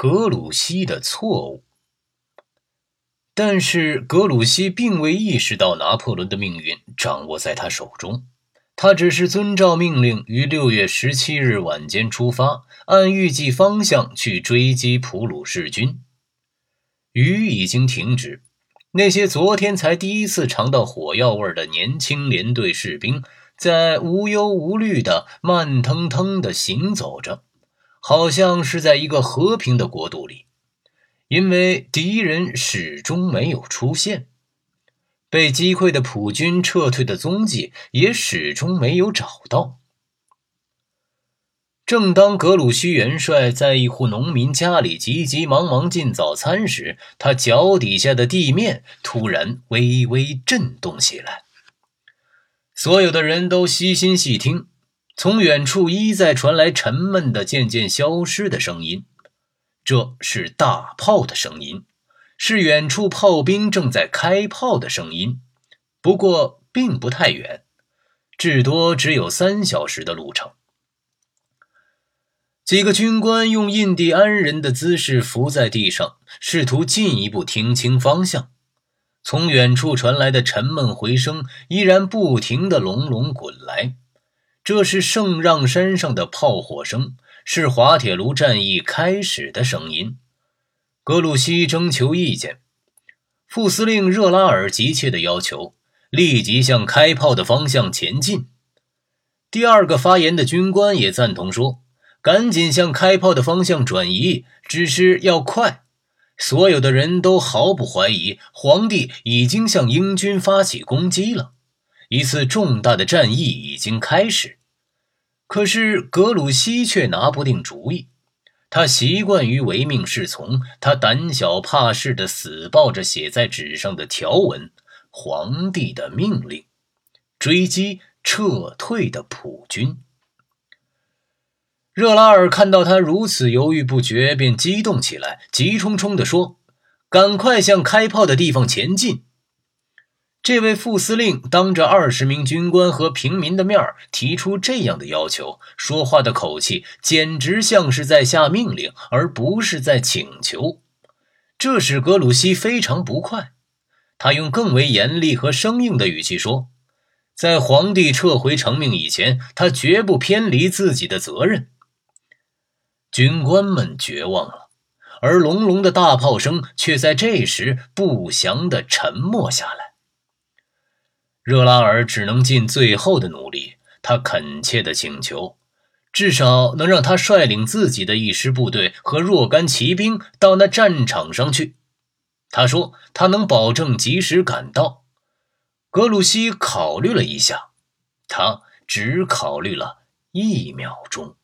格鲁希的错误。但是格鲁希并未意识到拿破仑的命运掌握在他手中，他只是遵照命令于6月17日晚间出发，按预计方向去追击普鲁士军。雨已经停止，那些昨天才第一次尝到火药味的年轻连队士兵在无忧无虑地慢腾腾地行走着，好像是在一个和平的国度里，因为敌人始终没有出现，被击溃的普军撤退的踪迹也始终没有找到。正当格鲁希元帅在一户农民家里急急忙忙进早餐时，他脚底下的地面突然微微震动起来。所有的人都悉心细听，从远处一再传来沉闷的渐渐消失的声音，这是大炮的声音，是远处炮兵正在开炮的声音，不过并不太远，至多只有3小时的路程。几个军官用印第安人的姿势伏在地上，试图进一步听清方向。从远处传来的沉闷回声依然不停地隆隆滚来，这是圣让山上的炮火声，是滑铁卢战役开始的声音。格鲁希征求意见，副司令热拉尔急切地要求立即向开炮的方向前进。第二个发言的军官也赞同说，赶紧向开炮的方向转移，只是要快。所有的人都毫不怀疑，皇帝已经向英军发起攻击了，一次重大的战役已经开始。可是格鲁希却拿不定主意，他习惯于唯命是从，他胆小怕事地死抱着写在纸上的条文，皇帝的命令，追击撤退的普军。热拉尔看到他如此犹豫不决，便激动起来，急冲冲地说，赶快向开炮的地方前进。这位副司令当着20名军官和平民的面提出这样的要求，说话的口气简直像是在下命令，而不是在请求。这使格鲁希非常不快，他用更为严厉和生硬的语气说，在皇帝撤回成命以前，他绝不偏离自己的责任。军官们绝望了，而隆隆的大炮声却在这时不祥地沉默下来。热拉尔只能尽最后的努力，他恳切地请求，至少能让他率领自己的一师部队和若干骑兵到那战场上去。他说他能保证及时赶到。格鲁希考虑了一下，他只考虑了1秒钟。